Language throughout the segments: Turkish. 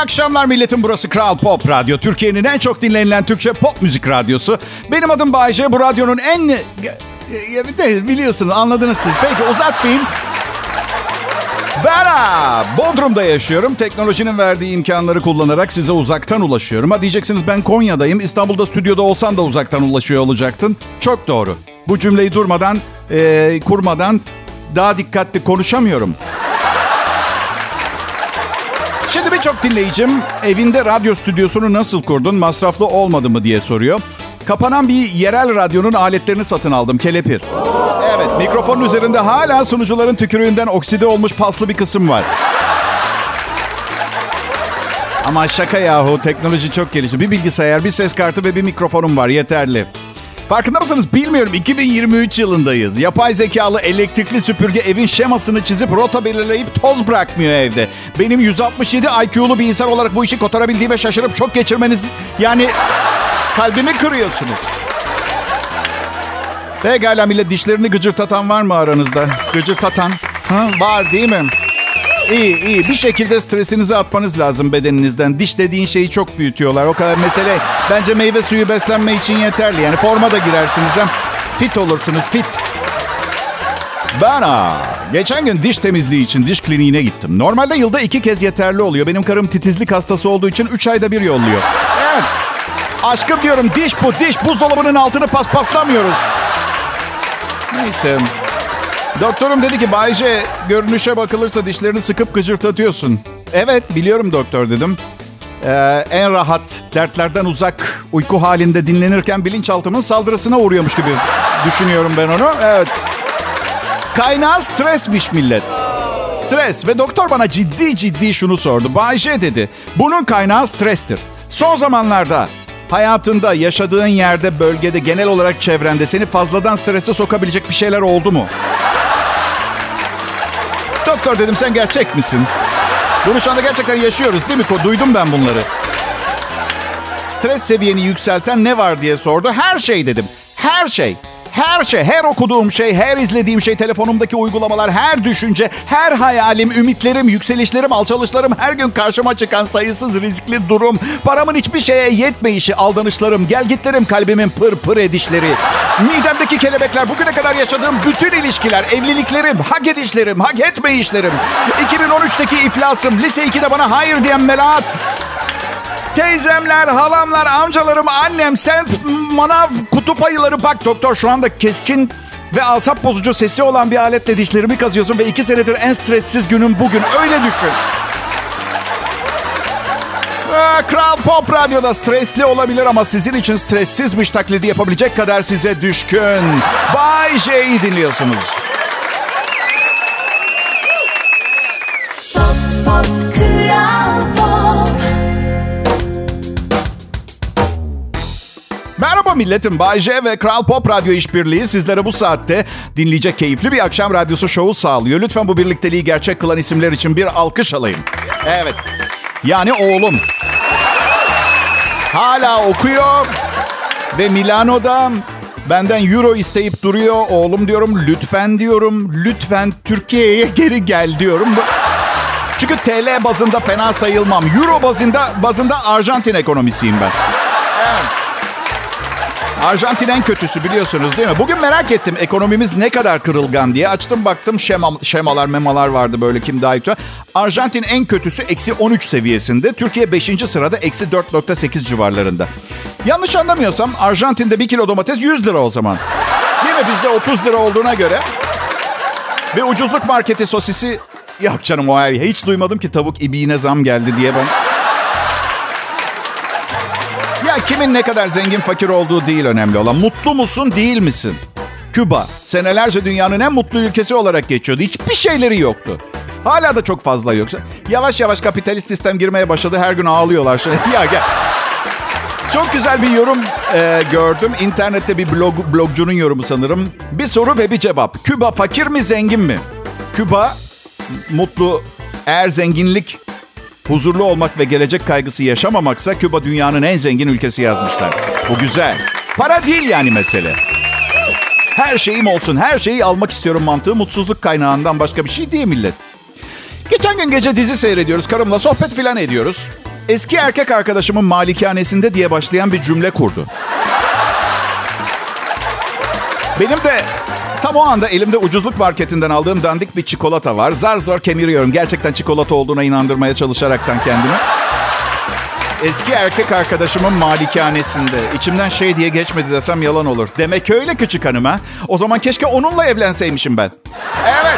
akşamlar milletim. Burası Kral Pop Radyo. Türkiye'nin en çok dinlenilen Türkçe pop müzik radyosu. Benim adım Bay J. Bu radyonun en... Biliyorsunuz, anladınız siz. Peki uzatmayayım. Ben Bodrum'da yaşıyorum. Teknolojinin verdiği imkanları kullanarak size uzaktan ulaşıyorum. Ha diyeceksiniz, ben Konya'dayım. İstanbul'da stüdyoda olsan da uzaktan ulaşıyor olacaktın. Çok doğru. Bu cümleyi durmadan, kurmadan daha dikkatli konuşamıyorum. Şimdi birçok dinleyicim evinde radyo stüdyosunu nasıl kurdun, masraflı olmadı mı diye soruyor. Kapanan bir yerel radyonun aletlerini satın aldım, kelepir. Evet, mikrofonun üzerinde hala sunucuların tükürüğünden okside olmuş paslı bir kısım var. Ama şaka yahu, teknoloji çok gelişti. Bir bilgisayar, bir ses kartı ve bir mikrofonum var, yeterli. Farkında mısınız bilmiyorum, 2023 yılındayız. Yapay zekalı elektrikli süpürge evin şemasını çizip rota belirleyip toz bırakmıyor evde. Benim 167 IQ'lu bir insan olarak bu işi kotarabildiğime şaşırıp şok geçirmeniz... Yani kalbimi kırıyorsunuz. Pekala millet, dişlerini gıcırtatan var mı aranızda? Gıcırtatan? Ha, var değil mi? İyi. Bir şekilde stresinizi atmanız lazım bedeninizden. Diş dediğin şeyi çok büyütüyorlar. O kadar mesele. Bence meyve suyu beslenme için yeterli. Yani forma da girersiniz. Fit olursunuz, fit. Ben geçen gün diş temizliği için diş kliniğine gittim. Normalde yılda 2 kez yeterli oluyor. Benim karım titizlik hastası olduğu için 3 ayda bir yolluyor. Evet. Aşkım diyorum, diş bu, diş. Buzdolabının altını paspaslamıyoruz. Neyse. Doktorum dedi ki, Bay J, görünüşe bakılırsa dişlerini sıkıp gıcırtatıyorsun. Evet, biliyorum doktor dedim. En rahat, dertlerden uzak, uyku halinde dinlenirken bilinçaltımın saldırısına uğruyormuş gibi düşünüyorum ben onu. Evet. Kaynağı stresmiş millet. Stres. Ve doktor bana ciddi şunu sordu. Bay J dedi, bunun kaynağı strestir. Son zamanlarda hayatında, yaşadığın yerde, bölgede, genel olarak çevrende seni fazladan strese sokabilecek bir şeyler oldu mu? Doktor dedim, sen gerçek misin? Bunu şu anda gerçekten yaşıyoruz değil mi? Duydum ben bunları. Stres seviyeni yükselten ne var diye sordu. Her şey dedim. Her şey. Her şey, her okuduğum şey, her izlediğim şey, telefonumdaki uygulamalar, her düşünce, her hayalim, ümitlerim, yükselişlerim, alçalışlarım, her gün karşıma çıkan sayısız riskli durum, paramın hiçbir şeye yetmeyişi, aldanışlarım, gelgitlerim, kalbimin pır pır edişleri, midemdeki kelebekler, bugüne kadar yaşadığım bütün ilişkiler, evliliklerim, hak edişlerim, hak etmeyişlerim, 2013'teki iflasım, lise 2'de bana hayır diyen Melahat, teyzemler, halamlar, amcalarım, annem, sen manav, kutup ayıları. Bak doktor, şu anda keskin ve asap bozucu sesi olan bir aletle dişlerimi kazıyorsun ve 2 senedir en stressiz günüm bugün. Öyle düşün. Kral Pop Radyo'da stresli olabilir ama sizin için stressizmiş taklidi yapabilecek kadar size düşkün. Bay J'yi dinliyorsunuz. Pop, pop, Kral Pop. Merhaba milletim, Bay J ve Kral Pop Radyo işbirliği sizlere bu saatte dinleyecek keyifli bir akşam radyosu şovu sağlıyor. Lütfen bu birlikteliği gerçek kılan isimler için bir alkış alayım. Evet, yani oğlum. Hala okuyor ve Milano'da benden euro isteyip duruyor. Oğlum diyorum, lütfen diyorum, lütfen Türkiye'ye geri gel diyorum. Çünkü TL bazında fena sayılmam. Euro bazında Arjantin ekonomisiyim ben. Evet. Arjantin en kötüsü, biliyorsunuz değil mi? Bugün merak ettim ekonomimiz ne kadar kırılgan diye. Açtım baktım, şemalar memalar vardı böyle, kim daha iyi. Arjantin en kötüsü -13 seviyesinde. Türkiye 5. sırada -4.8 civarlarında. Yanlış anlamıyorsam Arjantin'de 1 kilo domates 100 lira o zaman. Değil mi? Bizde 30 lira olduğuna göre. Ve ucuzluk marketi sosisi... Yok canım, o her... Hiç duymadım ki tavuk ibiğine zam geldi diye ben... Ya kimin ne kadar zengin fakir olduğu değil önemli olan. Mutlu musun, değil misin? Küba senelerce dünyanın en mutlu ülkesi olarak geçiyordu. Hiçbir şeyleri yoktu. Hala da çok fazla yoksa. Yavaş yavaş kapitalist sistem girmeye başladı. Her gün ağlıyorlar. Ya gel. Çok güzel bir yorum gördüm. İnternette bir blogcunun yorumu sanırım. Bir soru ve bir cevap. Küba fakir mi, zengin mi? Küba mutlu. Eğer zenginlik, huzurlu olmak ve gelecek kaygısı yaşamamaksa Küba dünyanın en zengin ülkesi yazmışlar. Bu güzel. Para değil yani mesele. Her şeyim olsun, her şeyi almak istiyorum mantığı mutsuzluk kaynağından başka bir şey değil millet. Geçen gün gece dizi seyrediyoruz. Karımla sohbet filan ediyoruz. Eski erkek arkadaşımın malikanesinde diye başlayan bir cümle kurdu. Benim de tam o anda elimde ucuzluk marketinden aldığım dandik bir çikolata var. Zar zor kemiriyorum. Gerçekten çikolata olduğuna inandırmaya çalışaraktan kendimi. Eski erkek arkadaşımın malikanesinde. İçimden şey diye geçmedi desem yalan olur. Demek öyle küçük hanım ha. O zaman keşke onunla evlenseymişim ben. Evet.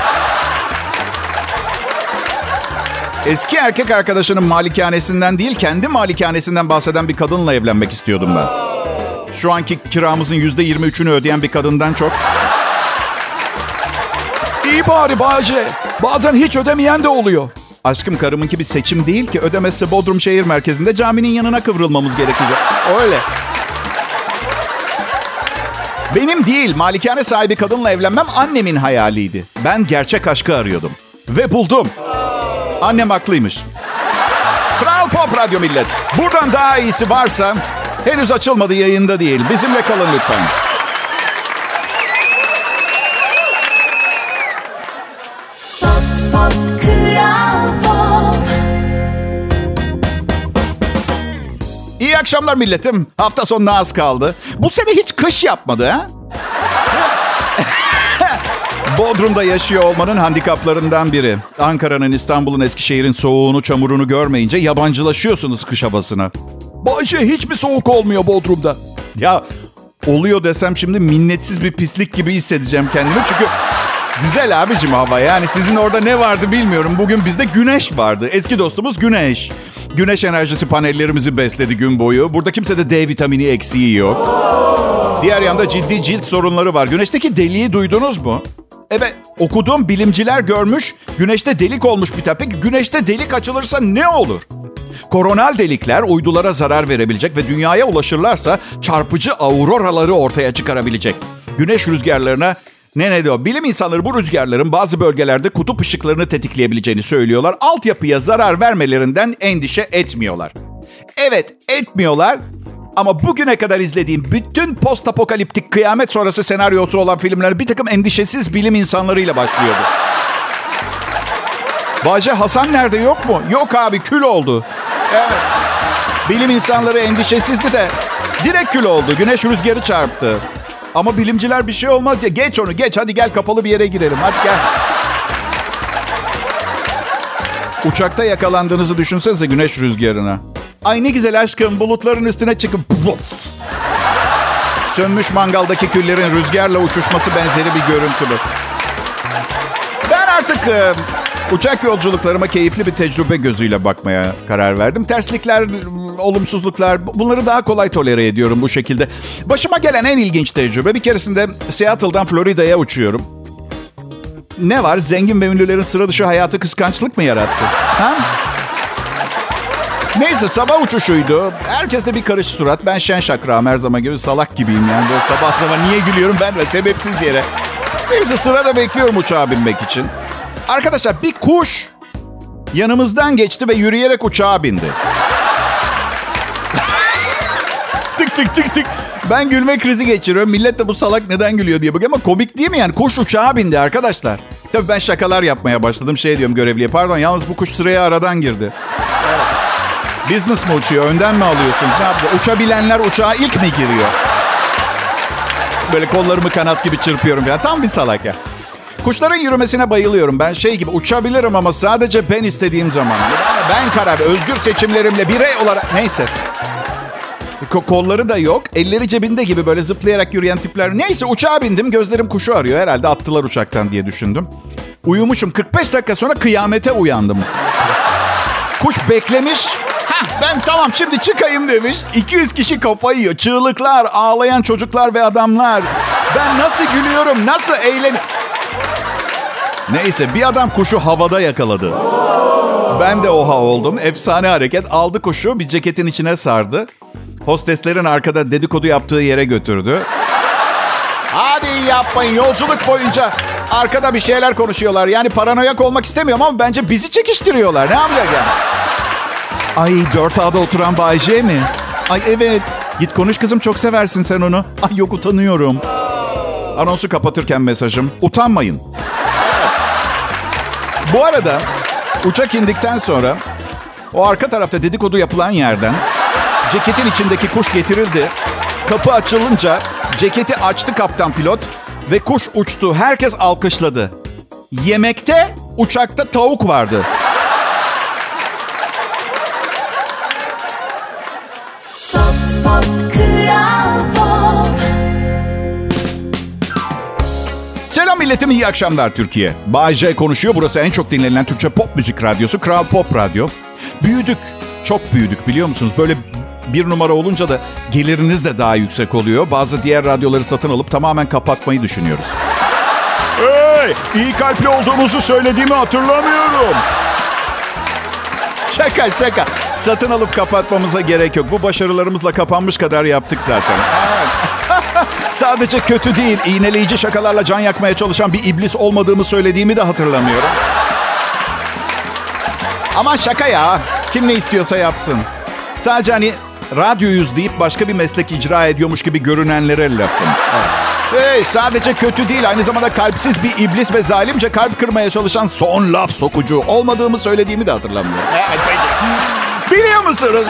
Eski erkek arkadaşının malikanesinden değil, kendi malikanesinden bahseden bir kadınla evlenmek istiyordum ben. Şu anki kiramızın %23'ünü ödeyen bir kadından çok. İyi bari Bayce. Bazen hiç ödemeyen de oluyor. Aşkım, karımınki bir seçim değil ki. Ödemezse Bodrum şehir merkezinde caminin yanına kıvrılmamız gerekecek. Öyle. Benim değil, malikane sahibi kadınla evlenmem annemin hayaliydi. Ben gerçek aşkı arıyordum. Ve buldum. Annem haklıymış. Kral Pop Radyo millet. Buradan daha iyisi varsa henüz açılmadı, yayında değil. Bizimle kalın lütfen. İyi akşamlar milletim. Hafta sonuna az kaldı. Bu sene hiç kış yapmadı ha? Bodrum'da yaşıyor olmanın handikaplarından biri. Ankara'nın, İstanbul'un, Eskişehir'in soğuğunu, çamurunu görmeyince yabancılaşıyorsunuz kış havasına. Bayce, hiç mi soğuk olmuyor Bodrum'da? Ya oluyor desem şimdi minnetsiz bir pislik gibi hissedeceğim kendimi. Çünkü güzel abicim hava. Yani sizin orada ne vardı bilmiyorum. Bugün bizde güneş vardı. Eski dostumuz Güneş. Güneş enerjisi panellerimizi besledi gün boyu. Burada kimsede D vitamini eksiği yok. Diğer yanda ciddi cilt sorunları var. Güneşteki deliği duydunuz mu? Evet, okuduğum bilimciler görmüş. Güneşte delik olmuş bir tane. Peki güneşte delik açılırsa ne olur? Koronal delikler uydulara zarar verebilecek ve dünyaya ulaşırlarsa çarpıcı auroraları ortaya çıkarabilecek. Güneş rüzgarlarına ne diyor? Bilim insanları bu rüzgarların bazı bölgelerde kutup ışıklarını tetikleyebileceğini söylüyorlar. Altyapıya zarar vermelerinden endişe etmiyorlar. Evet, etmiyorlar. Ama bugüne kadar izlediğim bütün post-apokaliptik kıyamet sonrası senaryosu olan filmler bir takım endişesiz bilim insanlarıyla başlıyordu. Bahçe Hasan nerede, yok mu? Yok abi, kül oldu. Evet. Bilim insanları endişesizdi de direkt kül oldu. Güneş rüzgarı çarptı. Ama bilimciler bir şey olmaz ya. Geç onu, geç. Hadi gel, kapalı bir yere girelim. Hadi gel. Uçakta yakalandığınızı düşünsenize güneş rüzgarına. Ay ne güzel aşkım, bulutların üstüne çıkıp sönmüş mangaldaki küllerin rüzgarla uçuşması benzeri bir görüntü bu. Ben artık uçak yolculuklarıma keyifli bir tecrübe gözüyle bakmaya karar verdim. Terslikler, olumsuzluklar, bunları daha kolay tolere ediyorum bu şekilde. Başıma gelen en ilginç tecrübe, bir keresinde Seattle'dan Florida'ya uçuyorum. Ne var? Zengin ve ünlülerin sıra dışı hayatı kıskançlık mı yarattı? Ha? Neyse, sabah uçuşuydu. Herkeste bir karış surat. Ben şen şakrağım her zaman gibi, salak gibiyim yani. Böyle sabah sabah niye gülüyorum ben de sebepsiz yere. Neyse, sırada bekliyorum uçağa binmek için. Arkadaşlar, bir kuş yanımızdan geçti ve yürüyerek uçağa bindi. Tık tık tık tık. Ben gülme krizi geçiriyorum. Millet de bu salak neden gülüyor diye bakıyor ama komik değil mi yani? Kuş uçağa bindi arkadaşlar. Tabii ben şakalar yapmaya başladım. Şey diyorum görevliye, pardon yalnız bu kuş sıraya aradan girdi. Evet. Business mi uçuyor? Önden mi alıyorsun? Ne yapıyor? Uçabilenler uçağa ilk mi giriyor? Böyle kollarımı kanat gibi çırpıyorum ya. Tam bir salak ya. Kuşların yürümesine bayılıyorum. Ben şey gibi uçabilirim ama sadece ben istediğim zaman. Ben karar, özgür seçimlerimle birey olarak... Neyse. Kolları da yok. Elleri cebinde gibi böyle zıplayarak yürüyen tipler. Neyse, uçağa bindim. Gözlerim kuşu arıyor. Herhalde attılar uçaktan diye düşündüm. Uyumuşum. 45 dakika sonra kıyamete uyandım. Kuş beklemiş. Ben tamam şimdi çıkayım demiş. 200 kişi kafayı yiyor. Çığlıklar, ağlayan çocuklar ve adamlar. Ben nasıl gülüyorum, nasıl eğleniyorum. Neyse, bir adam kuşu havada yakaladı. Ben de oha oldum. Efsane hareket. Aldı kuşu, bir ceketin içine sardı. Hosteslerin arkada dedikodu yaptığı yere götürdü. Hadi yapmayın, yolculuk boyunca arkada bir şeyler konuşuyorlar. Yani paranoyak olmak istemiyorum ama bence bizi çekiştiriyorlar. Ne yapacak yani? Ay 4A'da oturan Bay J mi? Ay evet. Git konuş kızım, çok seversin sen onu. Ay yok, utanıyorum. Anonsu kapatırken mesajım. Utanmayın. Bu arada uçak indikten sonra O arka tarafta dedikodu yapılan yerden ceketin içindeki kuş getirildi. Kapı açılınca ceketi açtı kaptan pilot ve kuş uçtu. Herkes alkışladı. Yemekte uçakta tavuk vardı. Selam milletim, iyi akşamlar Türkiye. Bay J konuşuyor. Burası en çok dinlenen Türkçe pop müzik radyosu. Kral Pop Radyo. Büyüdük. Çok büyüdük biliyor musunuz? Böyle bir numara olunca da geliriniz de daha yüksek oluyor. Bazı diğer radyoları satın alıp tamamen kapatmayı düşünüyoruz. Hey! İyi kalpli olduğumuzu söylediğimi hatırlamıyorum. Şaka. Satın alıp kapatmamıza gerek yok. Bu başarılarımızla kapanmış kadar yaptık zaten. Evet. Sadece kötü değil, iğneleyici şakalarla can yakmaya çalışan bir iblis olmadığımı söylediğimi de hatırlamıyorum. Ama şaka ya. Kim ne istiyorsa yapsın. Sadece hani radyoyuz deyip başka bir meslek icra ediyormuş gibi görünenlere lafım. Evet. Hey, sadece kötü değil, aynı zamanda kalpsiz bir iblis ve zalimce kalp kırmaya çalışan son laf sokucu olmadığımı söylediğimi de hatırlamıyorum. Evet, peki. Biliyor musunuz?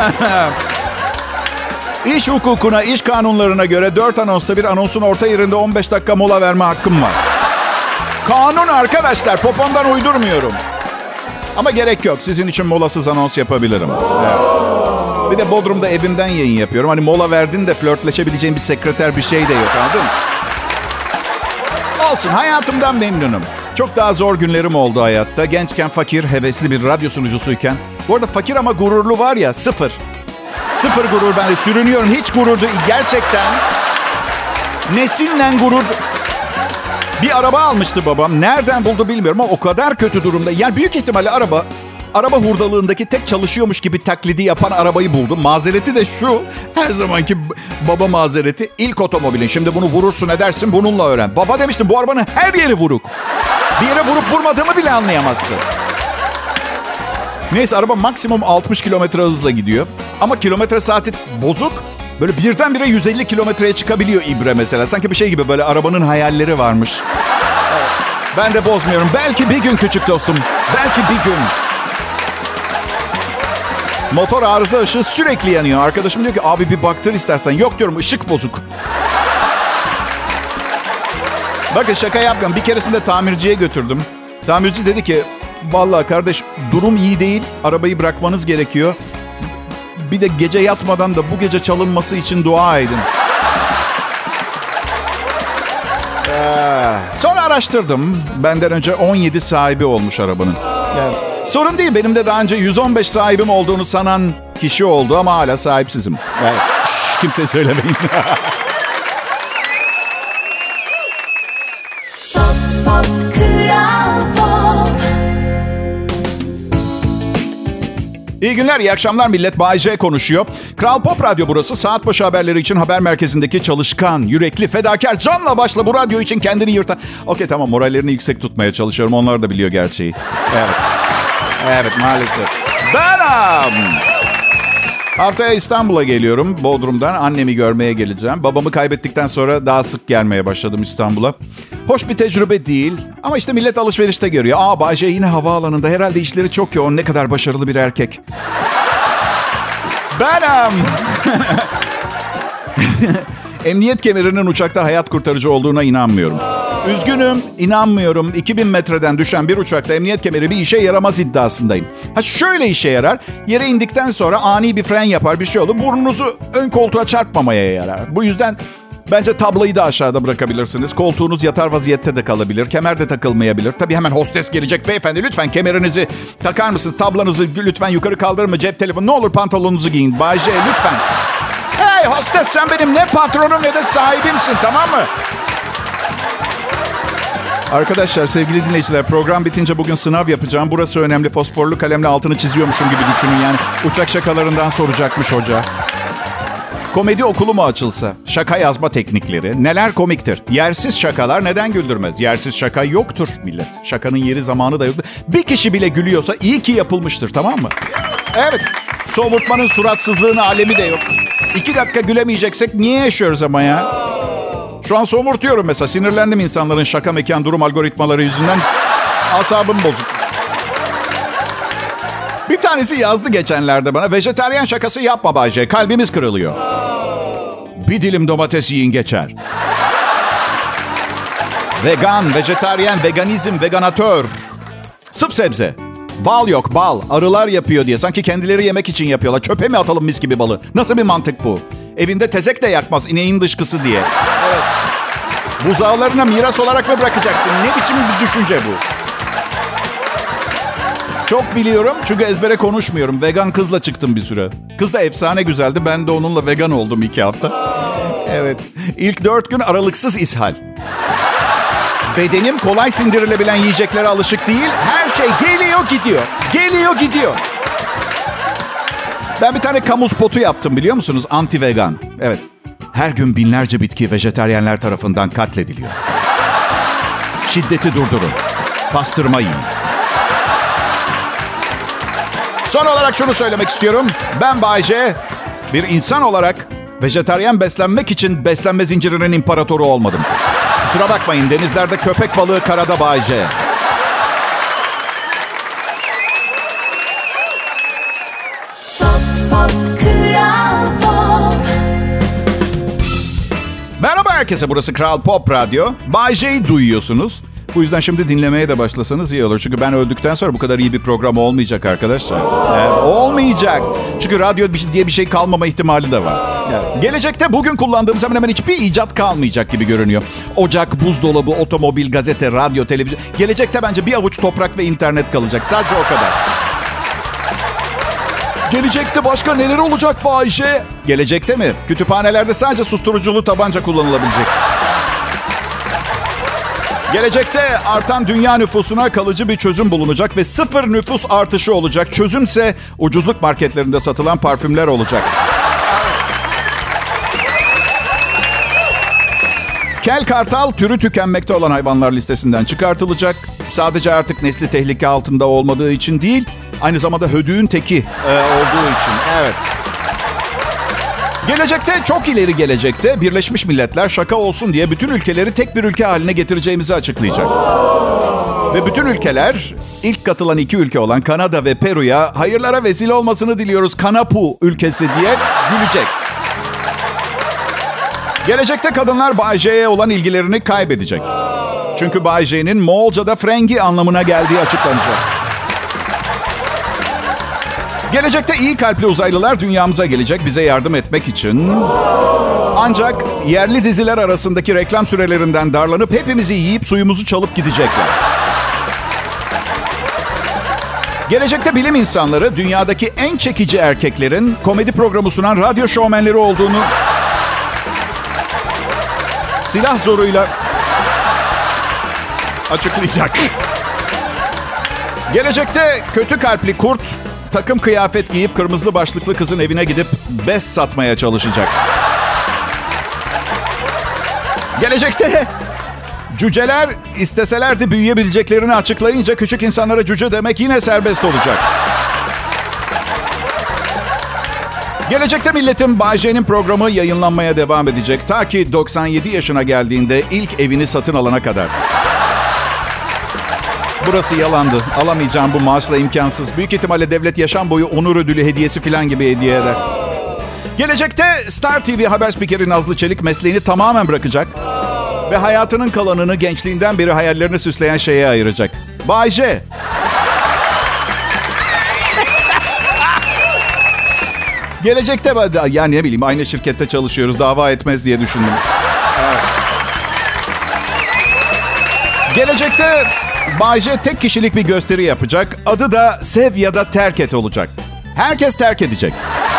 İş hukukuna, iş kanunlarına göre 4 anonsta bir anonsun orta yerinde 15 dakika mola verme hakkım var. Kanun arkadaşlar, popomdan uydurmuyorum. Ama gerek yok, sizin için molasız anons yapabilirim. Evet. Bir de Bodrum'da evimden yayın yapıyorum. Hani mola verdin de flörtleşebileceğim bir sekreter bir şey de yok, anladın? Olsun, hayatımdan memnunum. Çok daha zor günlerim oldu hayatta. Gençken fakir, hevesli bir radyo sunucusuyken. Bu arada fakir ama gururlu var ya, sıfır. Sıfır gurur, ben de sürünüyorum. Hiç gururdu gerçekten. Nesinle gurur. Bir araba almıştı babam. Nereden buldu bilmiyorum ama o kadar kötü durumda. Yani büyük ihtimalle araba hurdalığındaki tek çalışıyormuş gibi taklidi yapan arabayı buldum. Mazereti de şu. Her zamanki baba mazereti. İlk otomobilin. Şimdi bunu vurursun edersin, bununla öğren. Baba demiştim, bu arabanın her yeri vuruk. Bir yere vurup vurmadığımı bile anlayamazsın. Neyse, araba maksimum 60 kilometre hızla gidiyor. Ama kilometre saati bozuk. Böyle birdenbire 150 kilometreye çıkabiliyor ibre mesela. Sanki bir şey gibi, böyle arabanın hayalleri varmış. Evet. Ben de bozmuyorum. Belki bir gün küçük dostum. Belki bir gün. Motor arıza ışığı sürekli yanıyor. Arkadaşım diyor ki abi bir baktır istersen. Yok diyorum, ışık bozuk. Bakın şaka yapmıyorum. Bir keresinde tamirciye götürdüm. Tamirci dedi ki vallahi kardeş durum iyi değil. Arabayı bırakmanız gerekiyor. Bir de gece yatmadan da bu gece çalınması için dua edin. Sonra araştırdım. Benden önce 17 sahibi olmuş arabanın. Yani, sorun değil, benim de daha önce 115 sahibim olduğunu sanan kişi oldu ama hala sahipsizim. Yani, kimseye söylemeyin. İyi günler, iyi akşamlar millet. Bay J konuşuyor. Kral Pop Radyo burası. Saat başı haberleri için haber merkezindeki çalışkan, yürekli, fedakar, canla başla bu radyo için kendini yırtan... Okey tamam, morallerini yüksek tutmaya çalışıyorum. Onlar da biliyor gerçeği. Evet maalesef. Benim. Haftaya İstanbul'a geliyorum. Bodrum'dan annemi görmeye geleceğim. Babamı kaybettikten sonra daha sık gelmeye başladım İstanbul'a. Hoş bir tecrübe değil. Ama işte millet alışverişte görüyor. Bay J yine havaalanında. Herhalde işleri çok yoğun. Ne kadar başarılı bir erkek. Benim. Emniyet kemerinin uçakta hayat kurtarıcı olduğuna inanmıyorum. Üzgünüm, inanmıyorum. 2000 metreden düşen bir uçakta emniyet kemeri bir işe yaramaz iddiasındayım. Şöyle işe yarar. Yere indikten sonra ani bir fren yapar, bir şey olur. Burnunuzu ön koltuğa çarpmamaya yarar. Bu yüzden bence tablayı da aşağıda bırakabilirsiniz. Koltuğunuz yatar vaziyette de kalabilir. Kemer de takılmayabilir. Tabii hemen hostes gelecek. Beyefendi lütfen kemerinizi takar mısınız? Tablanızı lütfen yukarı kaldırın mı? Cep telefonu. Ne olur pantolonunuzu giyin. Bay J lütfen. Hey hostes, sen benim ne patronum ne de sahibimsin, tamam mı? Arkadaşlar, sevgili dinleyiciler, program bitince bugün sınav yapacağım. Burası önemli. Fosforlu kalemle altını çiziyormuşum gibi düşünün. Yani uçak şakalarından soracakmış hoca. Komedi okulu mu açılsa? Şaka yazma teknikleri. Neler komiktir? Yersiz şakalar neden güldürmez? Yersiz şaka yoktur millet. Şakanın yeri zamanı da yoktur. Bir kişi bile gülüyorsa iyi ki yapılmıştır, tamam mı? Evet. Somurtmanın suratsızlığın alemi de yok. 2 dakika gülemeyeceksek niye yaşıyoruz ama ya? Şu an somurtuyorum mesela. Sinirlendim insanların şaka mekan durum algoritmaları yüzünden. Asabım bozuk. tanesi yazdı geçenlerde bana. Vejetaryen şakası yapma Bayce. Kalbimiz kırılıyor. Bir dilim domates yiyin geçer. Vegan, vejetaryen, veganizm, veganatör. Sırf sebze. Bal yok, bal. Arılar yapıyor diye. Sanki kendileri yemek için yapıyorlar. Çöpe mi atalım mis gibi balı? Nasıl bir mantık bu? Evinde tezek de yakmaz ineğin dışkısı diye. Evet. Buzağlarına miras olarak mı bırakacaktın? Ne biçim bir düşünce bu? Çok biliyorum çünkü ezbere konuşmuyorum. Vegan kızla çıktım bir süre. Kız da efsane güzeldi. Ben de onunla vegan oldum 2 hafta. Evet. İlk 4 gün aralıksız ishal. Bedenim kolay sindirilebilen yiyeceklere alışık değil. Her şey geliyor gidiyor. Geliyor gidiyor. Ben bir tane kamu spotu yaptım biliyor musunuz? Anti-vegan. Evet. Her gün binlerce bitki vejetaryenler tarafından katlediliyor. Şiddeti durdurun. Pastırma yiyin. Son olarak şunu söylemek istiyorum. Ben Bay J, bir insan olarak vejetaryen beslenmek için beslenme zincirinin imparatoru olmadım. Kusura bakmayın, denizlerde köpek balığı, karada Bay J. Merhaba herkese, burası Kral Pop Radyo. Bay J'yi duyuyorsunuz. Bu yüzden şimdi dinlemeye de başlasanız iyi olur. Çünkü ben öldükten sonra bu kadar iyi bir program olmayacak arkadaşlar. Olmayacak. Çünkü radyo diye bir şey kalmama ihtimali de var. Gelecekte bugün kullandığımız hemen hemen hiçbir icat kalmayacak gibi görünüyor. Ocak, buzdolabı, otomobil, gazete, radyo, televizyon. Gelecekte bence bir avuç toprak ve internet kalacak. Sadece o kadar. Gelecekte başka neler olacak Bay J? Gelecekte mi? Kütüphanelerde sadece susturuculu tabanca kullanılabilecek. Gelecekte artan dünya nüfusuna kalıcı bir çözüm bulunacak ve 0 nüfus artışı olacak. Çözümse ucuzluk marketlerinde satılan parfümler olacak. Kel kartal türü tükenmekte olan hayvanlar listesinden çıkartılacak. Sadece artık nesli tehlike altında olmadığı için değil, aynı zamanda hödüğün teki olduğu için. Evet. Gelecekte, çok ileri gelecekte Birleşmiş Milletler şaka olsun diye bütün ülkeleri tek bir ülke haline getireceğimizi açıklayacak. Ve bütün ülkeler, ilk katılan 2 ülke olan Kanada ve Peru'ya hayırlara vesile olmasını diliyoruz Kanapu ülkesi diye gülecek. Gelecekte kadınlar Bay J'ye olan ilgilerini kaybedecek. Çünkü Bay J'nin Moğolca'da frengi anlamına geldiği açıklanacak. Gelecekte iyi kalpli uzaylılar dünyamıza gelecek bize yardım etmek için. Ancak yerli diziler arasındaki reklam sürelerinden darlanıp hepimizi yiyip suyumuzu çalıp gidecekler. Gelecekte bilim insanları dünyadaki en çekici erkeklerin komedi programı sunan radyo şovmenleri olduğunu silah zoruyla açıklayacak. Gelecekte kötü kalpli kurt takım kıyafet giyip kırmızı başlıklı kızın evine gidip bez satmaya çalışacak. Gelecekte cüceler isteselerdi büyüyebileceklerini açıklayınca küçük insanlara cüce demek yine serbest olacak. Gelecekte milletin Bay J'nin programı yayınlanmaya devam edecek. Ta ki 97 yaşına geldiğinde ilk evini satın alana kadar. Burası yalandı. Alamayacağım bu maaşla imkansız. Büyük ihtimalle devlet yaşam boyu onur ödülü hediyesi falan gibi hediye eder. Gelecekte Star TV haber spikeri Nazlı Çelik mesleğini tamamen bırakacak. Ve hayatının kalanını gençliğinden beri hayallerini süsleyen şeye ayıracak. Bay J. Gelecekte yani ne bileyim aynı şirkette çalışıyoruz, dava etmez diye düşündüm. Evet. Gelecekte Bay J tek kişilik bir gösteri yapacak. Adı da Sev ya da Terk Et olacak. Herkes terk edecek.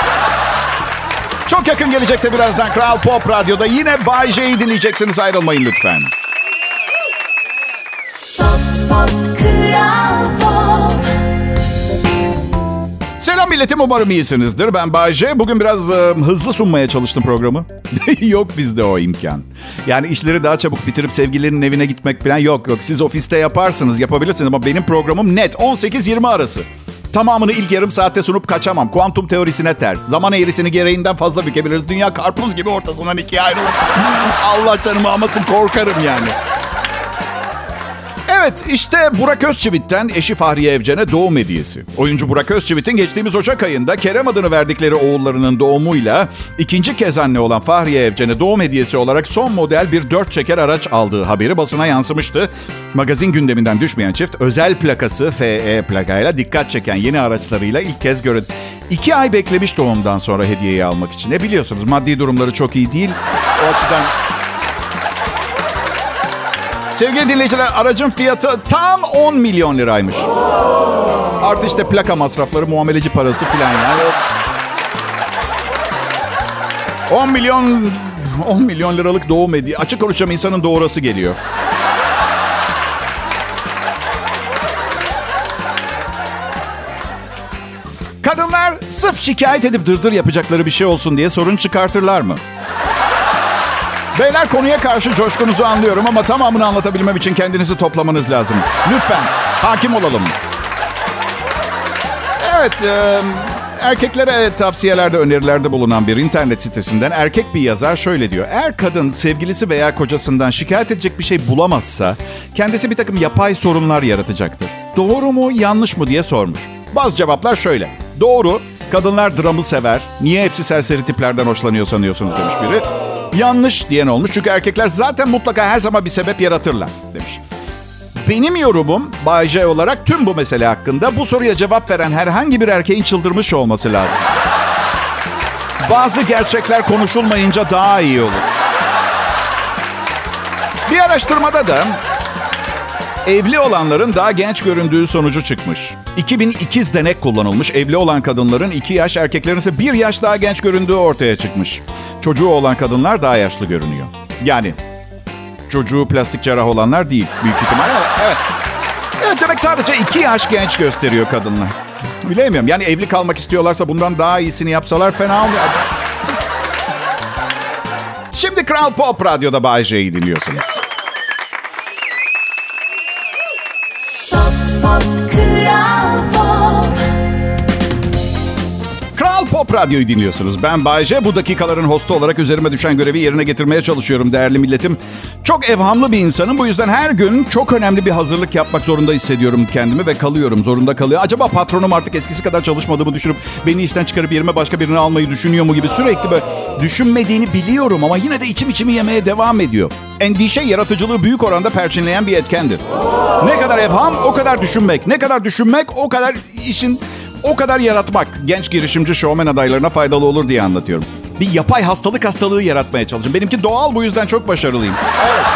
Çok yakın gelecekte birazdan Kral Pop Radyo'da yine Bay J'yi dinleyeceksiniz. Ayrılmayın lütfen. Pop, pop, Kral Pop. Selam milletim, umarım iyisinizdir. Ben Bay J. Bugün biraz hızlı sunmaya çalıştım programı. Yok bizde o imkan. Yani işleri daha çabuk bitirip sevgililerinin evine gitmek falan yok. Siz ofiste yaparsınız, yapabilirsiniz ama benim programım net 18-20 arası. Tamamını ilk yarım saatte sunup kaçamam. Kuantum teorisine ters. Zaman eğrisini gereğinden fazla bükebiliriz. Dünya karpuz gibi ortasından ikiye ayrılır. Allah canımı almasın, korkarım yani. Evet, işte Burak Özçivit'ten eşi Fahriye Evcen'e doğum hediyesi. Oyuncu Burak Özçivit'in geçtiğimiz Ocak ayında Kerem adını verdikleri oğullarının doğumuyla ikinci kez anne olan Fahriye Evcen'e doğum hediyesi olarak son model bir 4 çeker araç aldığı haberi basına yansımıştı. Magazin gündeminden düşmeyen çift özel plakası FE plakayla dikkat çeken yeni araçlarıyla ilk kez görüldü. 2 ay beklemiş doğumdan sonra hediyeyi almak için. Ne biliyorsunuz, maddi durumları çok iyi değil. O açıdan... Sevgili dinleyiciler, aracın fiyatı tam 10 milyon liraymış. Artı işte plaka masrafları, muameleci parası filan yani. 10 milyon liralık doğum hediyesi. Açık konuşacağım, insanın doğurası geliyor. Kadınlar sırf şikayet edip dırdır yapacakları bir şey olsun diye sorun çıkartırlar mı? Beyler, konuya karşı coşkunuzu anlıyorum ama tamamını anlatabilmem için kendinizi toplamanız lazım. Lütfen hakim olalım. Evet, erkeklere tavsiyelerde, önerilerde bulunan bir internet sitesinden erkek bir yazar şöyle diyor. Eğer kadın sevgilisi veya kocasından şikayet edecek bir şey bulamazsa kendisi bir takım yapay sorunlar yaratacaktır. Doğru mu, yanlış mı diye sormuş. Bazı cevaplar şöyle. Doğru, kadınlar dramı sever. Niye hepsi serseri tiplerden hoşlanıyor sanıyorsunuz demiş biri. Yanlış diyen olmuş çünkü erkekler zaten mutlaka her zaman bir sebep yaratırlar demiş. Benim yorumum Bay J olarak tüm bu mesele hakkında bu soruya cevap veren herhangi bir erkeğin çıldırmış olması lazım. Bazı gerçekler konuşulmayınca daha iyi olur. Bir araştırmada da evli olanların daha genç göründüğü sonucu çıkmış. 2002 denek kullanılmış. Evli olan kadınların 2 yaş, erkeklerin ise 1 yaş daha genç göründüğü ortaya çıkmış. Çocuğu olan kadınlar daha yaşlı görünüyor. Yani çocuğu plastik cerrah olanlar değil büyük ihtimalle. Evet. Evet, demek sadece 2 yaş genç gösteriyor kadınlar. Bilemiyorum. Yani evli kalmak istiyorlarsa bundan daha iyisini yapsalar fena olmuyor. Şimdi Kral Pop Radyo'da Bay J'yi dinliyorsunuz. Kral Pop Radyo'yu dinliyorsunuz. Ben Bay J. Bu dakikaların hostu olarak üzerime düşen görevi yerine getirmeye çalışıyorum değerli milletim. Çok evhamlı bir insanım. Bu yüzden her gün çok önemli bir hazırlık yapmak zorunda hissediyorum kendimi ve kalıyorum. Zorunda kalıyor. Acaba patronum artık eskisi kadar çalışmadığımı düşünüp beni işten çıkarıp yerime başka birini almayı düşünüyor mu gibi sürekli böyle düşünmediğini biliyorum ama yine de içimi yemeye devam ediyor. Endişe yaratıcılığı büyük oranda perçinleyen bir etkendir. Ne kadar evham o kadar düşünmek. Ne kadar düşünmek o kadar işin... O kadar yaratmak genç girişimci şovmen adaylarına faydalı olur diye anlatıyorum. Bir yapay hastalığı yaratmaya çalışıyorum. Benimki doğal, bu yüzden çok başarılıyım. Evet.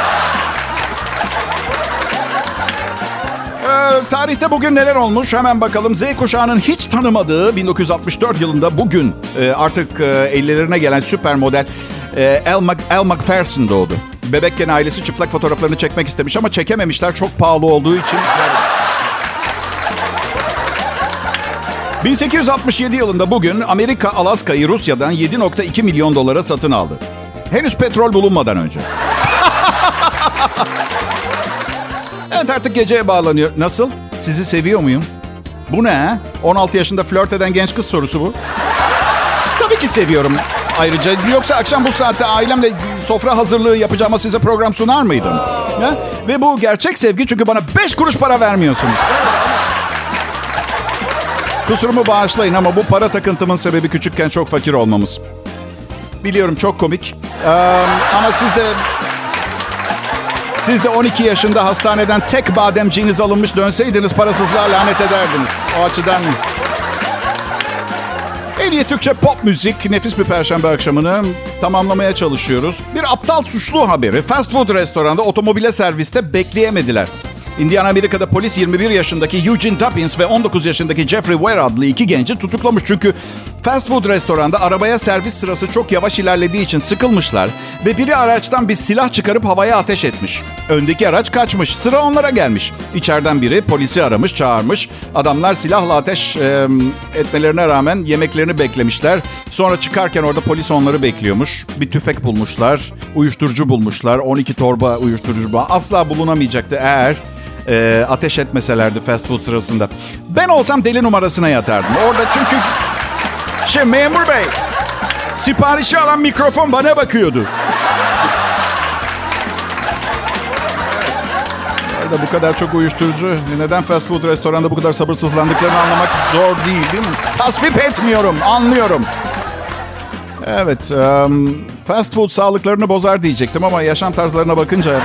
Tarihte bugün neler olmuş hemen bakalım. Z kuşağının hiç tanımadığı 1964 yılında bugün artık 50'lerine gelen süper model Elle Macpherson doğdu. Bebekken ailesi çıplak fotoğraflarını çekmek istemiş ama çekememişler çok pahalı olduğu için. 1867 yılında bugün Amerika Alaska'yı Rusya'dan 7.2 milyon dolara satın aldı. Henüz petrol bulunmadan önce. Evet, artık geceye bağlanıyor. Nasıl? Sizi seviyor muyum? Bu ne ha? 16 yaşında flört eden genç kız sorusu bu. Tabii ki seviyorum. Ayrıca yoksa akşam bu saatte ailemle sofra hazırlığı yapacağıma size program sunar mıydım? Ya? Ve bu gerçek sevgi çünkü bana 5 kuruş para vermiyorsunuz. Kusurumu bağışlayın ama bu para takıntımın sebebi küçükken çok fakir olmamız. Biliyorum çok komik. Ama siz de 12 yaşında hastaneden tek bademciğiniz alınmış dönseydiniz parasızlığa lanet ederdiniz. O açıdan... En iyi Türkçe pop müzik, nefis bir perşembe akşamını tamamlamaya çalışıyoruz. Bir aptal suçlu haberi. Fast food restoranda otomobile serviste bekleyemediler. Indiana, Amerika'da polis 21 yaşındaki Eugene Dobbins ve 19 yaşındaki Jeffrey Ware adlı 2 genci tutuklamış. Çünkü fast food restoranda arabaya servis sırası çok yavaş ilerlediği için sıkılmışlar ve biri araçtan bir silah çıkarıp havaya ateş etmiş. Öndeki araç kaçmış. Sıra onlara gelmiş. İçeriden biri polisi aramış, çağırmış. Adamlar silahla ateş etmelerine rağmen yemeklerini beklemişler. Sonra çıkarken orada polis onları bekliyormuş. Bir tüfek bulmuşlar, uyuşturucu bulmuşlar. 12 torba uyuşturucu asla bulunamayacaktı eğer ateş etmeselerdi fast food sırasında. Ben olsam deli numarasına yatardım. Orada çünkü memur bey, siparişi alan mikrofon bana bakıyordu. da bu kadar çok uyuşturucu. Neden fast food restoranda bu kadar sabırsızlandıklarını anlamak zor değil mi? Tasvip etmiyorum, anlıyorum. Evet, fast food sağlıklarını bozar diyecektim ama yaşam tarzlarına bakınca...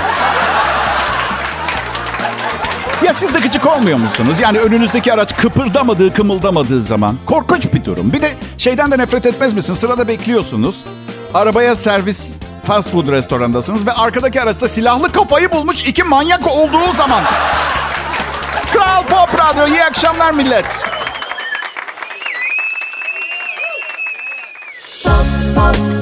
Ya siz de gıcık olmuyor musunuz? Yani önünüzdeki araç kıpırdamadığı, kımıldamadığı zaman. Korkunç bir durum. Bir de şeyden de nefret etmez misin? Sırada bekliyorsunuz. Arabaya servis fast food restorandasınız ve arkadaki araçta silahlı kafayı bulmuş iki manyak olduğu zaman. Kral Pop Radyo, iyi akşamlar millet. Pop, pop.